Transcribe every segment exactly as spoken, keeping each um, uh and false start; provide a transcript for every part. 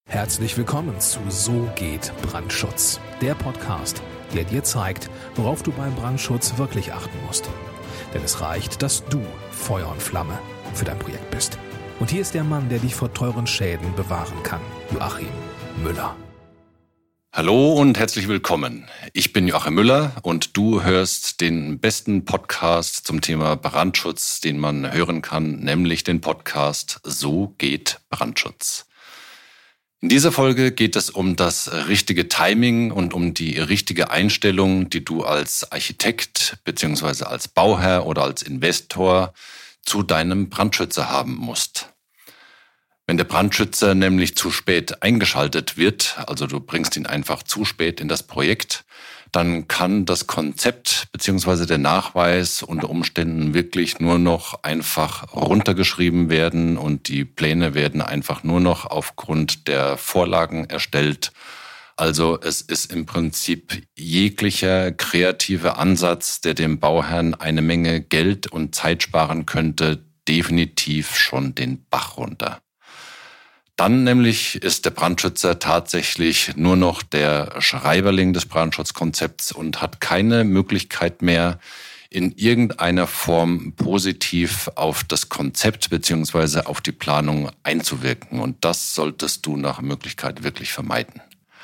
Herzlich willkommen zu So geht Brandschutz, der Podcast, der dir zeigt, worauf du beim Brandschutz wirklich achten musst. Denn es reicht, dass du Feuer und Flamme für dein Projekt bist. Und hier ist der Mann, der dich vor teuren Schäden bewahren kann, Joachim Müller. Hallo und herzlich willkommen. Ich bin Joachim Müller und du hörst den besten Podcast zum Thema Brandschutz, den man hören kann, nämlich den Podcast So geht Brandschutz. In dieser Folge geht es um das richtige Timing und um die richtige Einstellung, die du als Architekt bzw. als Bauherr oder als Investor zu deinem Brandschützer haben musst. Wenn der Brandschützer nämlich zu spät eingeschaltet wird, also du bringst ihn einfach zu spät in das Projekt, dann kann das Konzept bzw. der Nachweis unter Umständen wirklich nur noch einfach runtergeschrieben werden und die Pläne werden einfach nur noch aufgrund der Vorlagen erstellt. Also es ist im Prinzip jeglicher kreativer Ansatz, der dem Bauherrn eine Menge Geld und Zeit sparen könnte, definitiv schon den Bach runter. Dann nämlich ist der Brandschützer tatsächlich nur noch der Schreiberling des Brandschutzkonzepts und hat keine Möglichkeit mehr, in irgendeiner Form positiv auf das Konzept bzw. auf die Planung einzuwirken. Und das solltest du nach Möglichkeit wirklich vermeiden.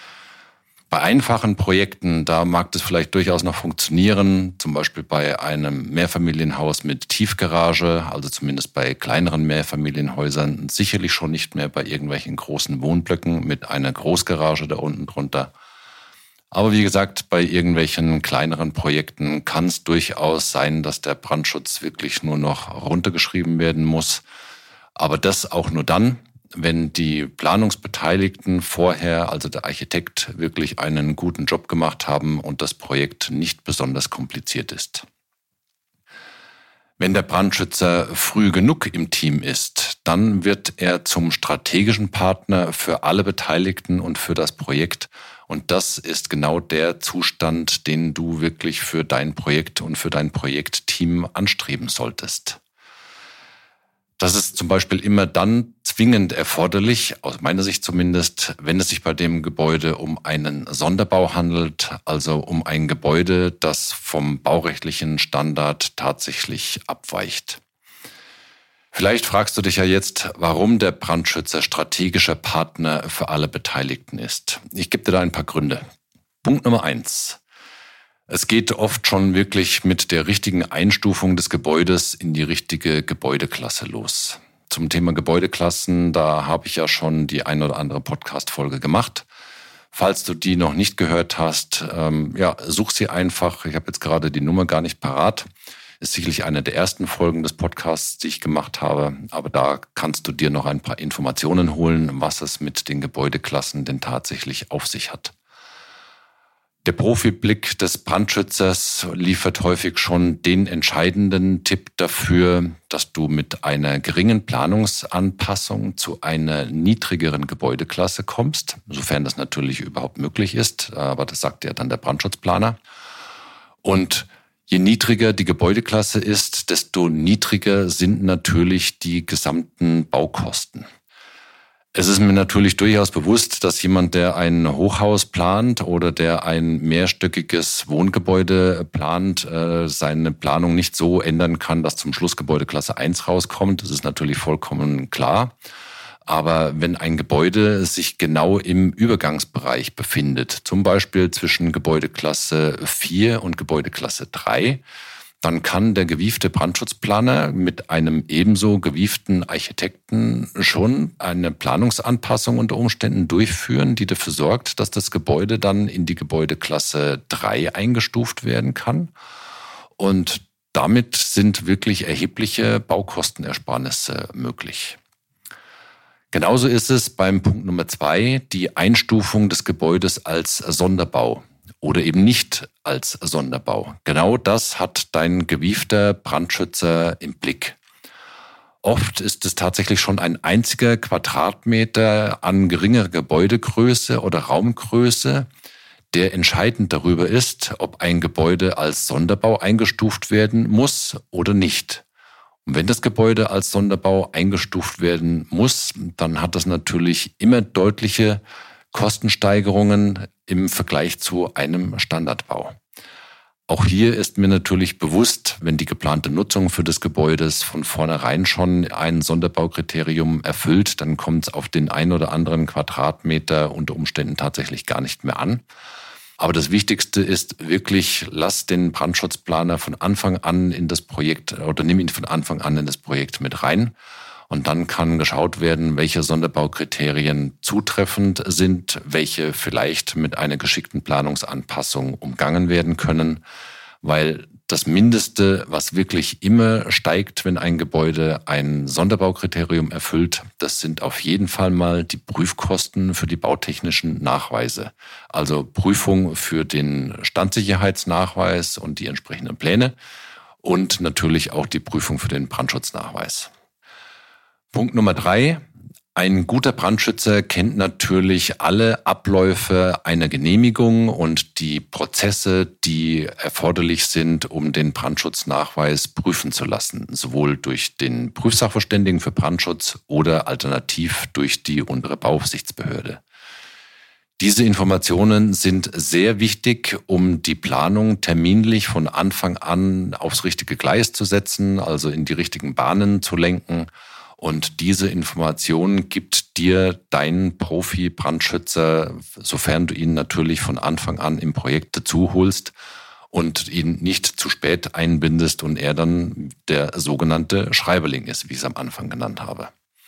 Bei einfachen Projekten, da mag das vielleicht durchaus noch funktionieren, zum Beispiel bei einem Mehrfamilienhaus mit Tiefgarage, also zumindest bei kleineren Mehrfamilienhäusern, sicherlich schon nicht mehr bei irgendwelchen großen Wohnblöcken mit einer Großgarage da unten drunter. Aber wie gesagt, bei irgendwelchen kleineren Projekten kann es durchaus sein, dass der Brandschutz wirklich nur noch runtergeschrieben werden muss. Aber das auch nur dann, wenn die Planungsbeteiligten vorher, also der Architekt, wirklich einen guten Job gemacht haben und das Projekt nicht besonders kompliziert ist. Wenn der Brandschützer früh genug im Team ist, dann wird er zum strategischen Partner für alle Beteiligten und für das Projekt. Und das ist genau der Zustand, den du wirklich für dein Projekt und für dein Projektteam anstreben solltest. Das ist zum Beispiel immer dann zwingend erforderlich, aus meiner Sicht zumindest, wenn es sich bei dem Gebäude um einen Sonderbau handelt, also um ein Gebäude, das vom baurechtlichen Standard tatsächlich abweicht. Vielleicht fragst du dich ja jetzt, warum der Brandschützer strategischer Partner für alle Beteiligten ist. Ich gebe dir da ein paar Gründe. Punkt Nummer eins. Es geht oft schon wirklich mit der richtigen Einstufung des Gebäudes in die richtige Gebäudeklasse los. Zum Thema Gebäudeklassen, da habe ich ja schon die ein oder andere Podcast-Folge gemacht. Falls du die noch nicht gehört hast, ähm, ja, such sie einfach. Ich habe jetzt gerade die Nummer gar nicht parat. Ist sicherlich eine der ersten Folgen des Podcasts, die ich gemacht habe. Aber da kannst du dir noch ein paar Informationen holen, was es mit den Gebäudeklassen denn tatsächlich auf sich hat. Der Profiblick des Brandschützers liefert häufig schon den entscheidenden Tipp dafür, dass du mit einer geringen Planungsanpassung zu einer niedrigeren Gebäudeklasse kommst, sofern das natürlich überhaupt möglich ist, aber das sagt ja dann der Brandschutzplaner. Und je niedriger die Gebäudeklasse ist, desto niedriger sind natürlich die gesamten Baukosten. Es ist mir natürlich durchaus bewusst, dass jemand, der ein Hochhaus plant oder der ein mehrstöckiges Wohngebäude plant, seine Planung nicht so ändern kann, dass zum Schluss Gebäudeklasse eins rauskommt. Das ist natürlich vollkommen klar. Aber wenn ein Gebäude sich genau im Übergangsbereich befindet, zum Beispiel zwischen Gebäudeklasse vier und Gebäudeklasse drei, dann kann der gewiefte Brandschutzplaner mit einem ebenso gewieften Architekten schon eine Planungsanpassung unter Umständen durchführen, die dafür sorgt, dass das Gebäude dann in die Gebäudeklasse drei eingestuft werden kann. Und damit sind wirklich erhebliche Baukostenersparnisse möglich. Genauso ist es beim Punkt Nummer zwei, die Einstufung des Gebäudes als Sonderbau. Oder eben nicht als Sonderbau. Genau das hat dein gewiefter Brandschützer im Blick. Oft ist es tatsächlich schon ein einziger Quadratmeter an geringerer Gebäudegröße oder Raumgröße, der entscheidend darüber ist, ob ein Gebäude als Sonderbau eingestuft werden muss oder nicht. Und wenn das Gebäude als Sonderbau eingestuft werden muss, dann hat das natürlich immer deutliche Kostensteigerungen im Vergleich zu einem Standardbau. Auch hier ist mir natürlich bewusst, wenn die geplante Nutzung für das Gebäude von vornherein schon ein Sonderbaukriterium erfüllt, dann kommt es auf den ein oder anderen Quadratmeter unter Umständen tatsächlich gar nicht mehr an. Aber das Wichtigste ist wirklich, lass den Brandschutzplaner von Anfang an in das Projekt oder nimm ihn von Anfang an in das Projekt mit rein. Und dann kann geschaut werden, welche Sonderbaukriterien zutreffend sind, welche vielleicht mit einer geschickten Planungsanpassung umgangen werden können. Weil das Mindeste, was wirklich immer steigt, wenn ein Gebäude ein Sonderbaukriterium erfüllt, das sind auf jeden Fall mal die Prüfkosten für die bautechnischen Nachweise. Also Prüfung für den Standsicherheitsnachweis und die entsprechenden Pläne und natürlich auch die Prüfung für den Brandschutznachweis. Punkt Nummer drei. Ein guter Brandschützer kennt natürlich alle Abläufe einer Genehmigung und die Prozesse, die erforderlich sind, um den Brandschutznachweis prüfen zu lassen, sowohl durch den Prüfsachverständigen für Brandschutz oder alternativ durch die untere Bauaufsichtsbehörde. Diese Informationen sind sehr wichtig, um die Planung terminlich von Anfang an aufs richtige Gleis zu setzen, also in die richtigen Bahnen zu lenken. Und diese Information gibt dir dein Profi-Brandschützer, sofern du ihn natürlich von Anfang an im Projekt dazu holst und ihn nicht zu spät einbindest und er dann der sogenannte Schreiberling ist, wie ich es am Anfang genannt habe.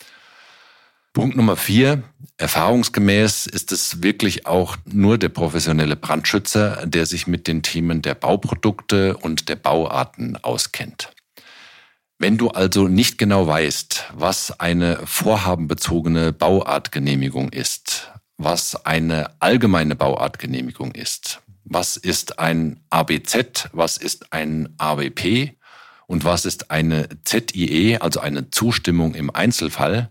Punkt Nummer vier. Erfahrungsgemäß ist es wirklich auch nur der professionelle Brandschützer, der sich mit den Themen der Bauprodukte und der Bauarten auskennt. Wenn du also nicht genau weißt, was eine vorhabenbezogene Bauartgenehmigung ist, was eine allgemeine Bauartgenehmigung ist, was ist ein A B Z, was ist ein A B P und was ist eine Z I E, also eine Zustimmung im Einzelfall,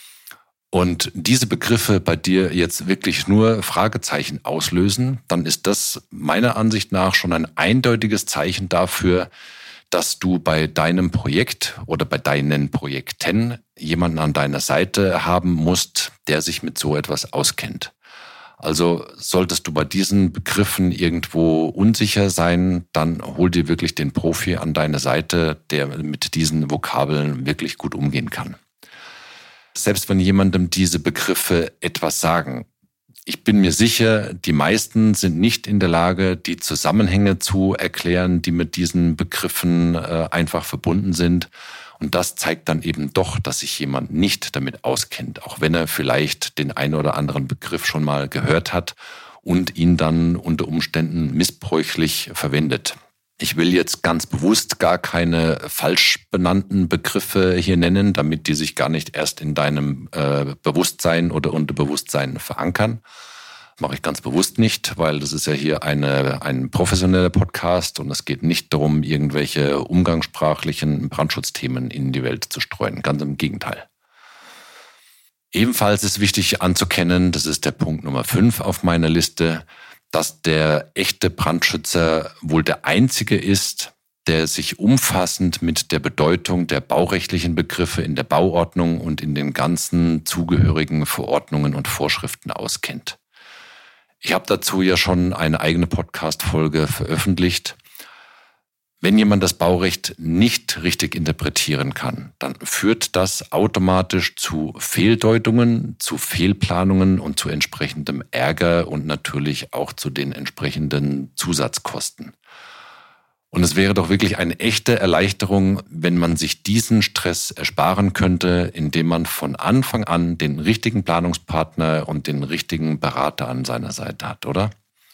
und diese Begriffe bei dir jetzt wirklich nur Fragezeichen auslösen, dann ist das meiner Ansicht nach schon ein eindeutiges Zeichen dafür, dass du bei deinem Projekt oder bei deinen Projekten jemanden an deiner Seite haben musst, der sich mit so etwas auskennt. Also solltest du bei diesen Begriffen irgendwo unsicher sein, dann hol dir wirklich den Profi an deine Seite, der mit diesen Vokabeln wirklich gut umgehen kann. Selbst wenn jemandem diese Begriffe etwas sagen, ich bin mir sicher, die meisten sind nicht in der Lage, die Zusammenhänge zu erklären, die mit diesen Begriffen äh, einfach verbunden sind. Und das zeigt dann eben doch, dass sich jemand nicht damit auskennt, auch wenn er vielleicht den einen oder anderen Begriff schon mal gehört hat und ihn dann unter Umständen missbräuchlich verwendet. Ich will jetzt ganz bewusst gar keine falsch benannten Begriffe hier nennen, damit die sich gar nicht erst in deinem äh, Bewusstsein oder Unterbewusstsein verankern. Das mache ich ganz bewusst nicht, weil das ist ja hier eine, ein professioneller Podcast und es geht nicht darum, irgendwelche umgangssprachlichen Brandschutzthemen in die Welt zu streuen. Ganz im Gegenteil. Ebenfalls ist wichtig anzukennen, das ist der Punkt Nummer fünf auf meiner Liste, dass der echte Brandschützer wohl der einzige ist, der sich umfassend mit der Bedeutung der baurechtlichen Begriffe in der Bauordnung und in den ganzen zugehörigen Verordnungen und Vorschriften auskennt. Ich habe dazu ja schon eine eigene Podcast-Folge veröffentlicht. Wenn jemand das Baurecht nicht richtig interpretieren kann, dann führt das automatisch zu Fehldeutungen, zu Fehlplanungen und zu entsprechendem Ärger und natürlich auch zu den entsprechenden Zusatzkosten. Und es wäre doch wirklich eine echte Erleichterung, wenn man sich diesen Stress ersparen könnte, indem man von Anfang an den richtigen Planungspartner und den richtigen Berater an seiner Seite hat, oder?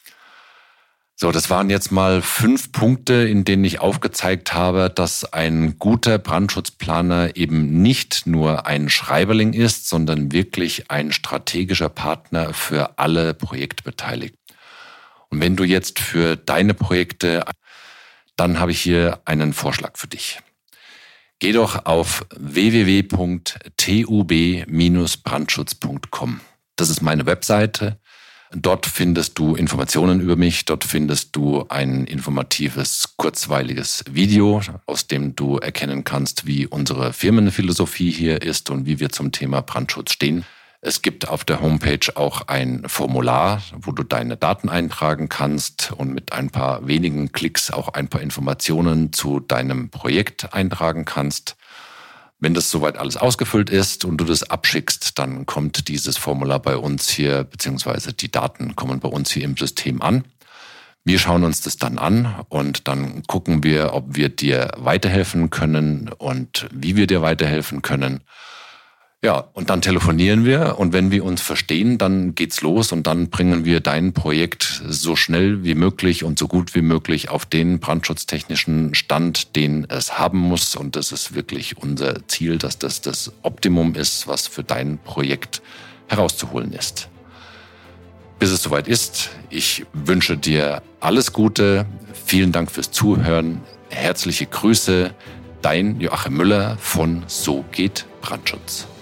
So, das waren jetzt mal fünf Punkte, in denen ich aufgezeigt habe, dass ein guter Brandschutzplaner eben nicht nur ein Schreiberling ist, sondern wirklich ein strategischer Partner für alle Projektbeteiligten. Und wenn du jetzt für deine Projekte, dann habe ich hier einen Vorschlag für dich. Geh doch auf w w w punkt t u b Bindestrich brandschutz punkt com. Das ist meine Webseite. Dort findest du Informationen über mich, dort findest du ein informatives, kurzweiliges Video, aus dem du erkennen kannst, wie unsere Firmenphilosophie hier ist und wie wir zum Thema Brandschutz stehen. Es gibt auf der Homepage auch ein Formular, wo du deine Daten eintragen kannst und mit ein paar wenigen Klicks auch ein paar Informationen zu deinem Projekt eintragen kannst. Wenn das soweit alles ausgefüllt ist und du das abschickst, dann kommt dieses Formular bei uns hier, beziehungsweise die Daten kommen bei uns hier im System an. Wir schauen uns das dann an und dann gucken wir, ob wir dir weiterhelfen können und wie wir dir weiterhelfen können. Ja, und dann telefonieren wir und wenn wir uns verstehen, dann geht's los und dann bringen wir dein Projekt so schnell wie möglich und so gut wie möglich auf den brandschutztechnischen Stand, den es haben muss. Und das ist wirklich unser Ziel, dass das das Optimum ist, was für dein Projekt herauszuholen ist. Bis es soweit ist, ich wünsche dir alles Gute, vielen Dank fürs Zuhören, herzliche Grüße, dein Joachim Müller von So geht Brandschutz.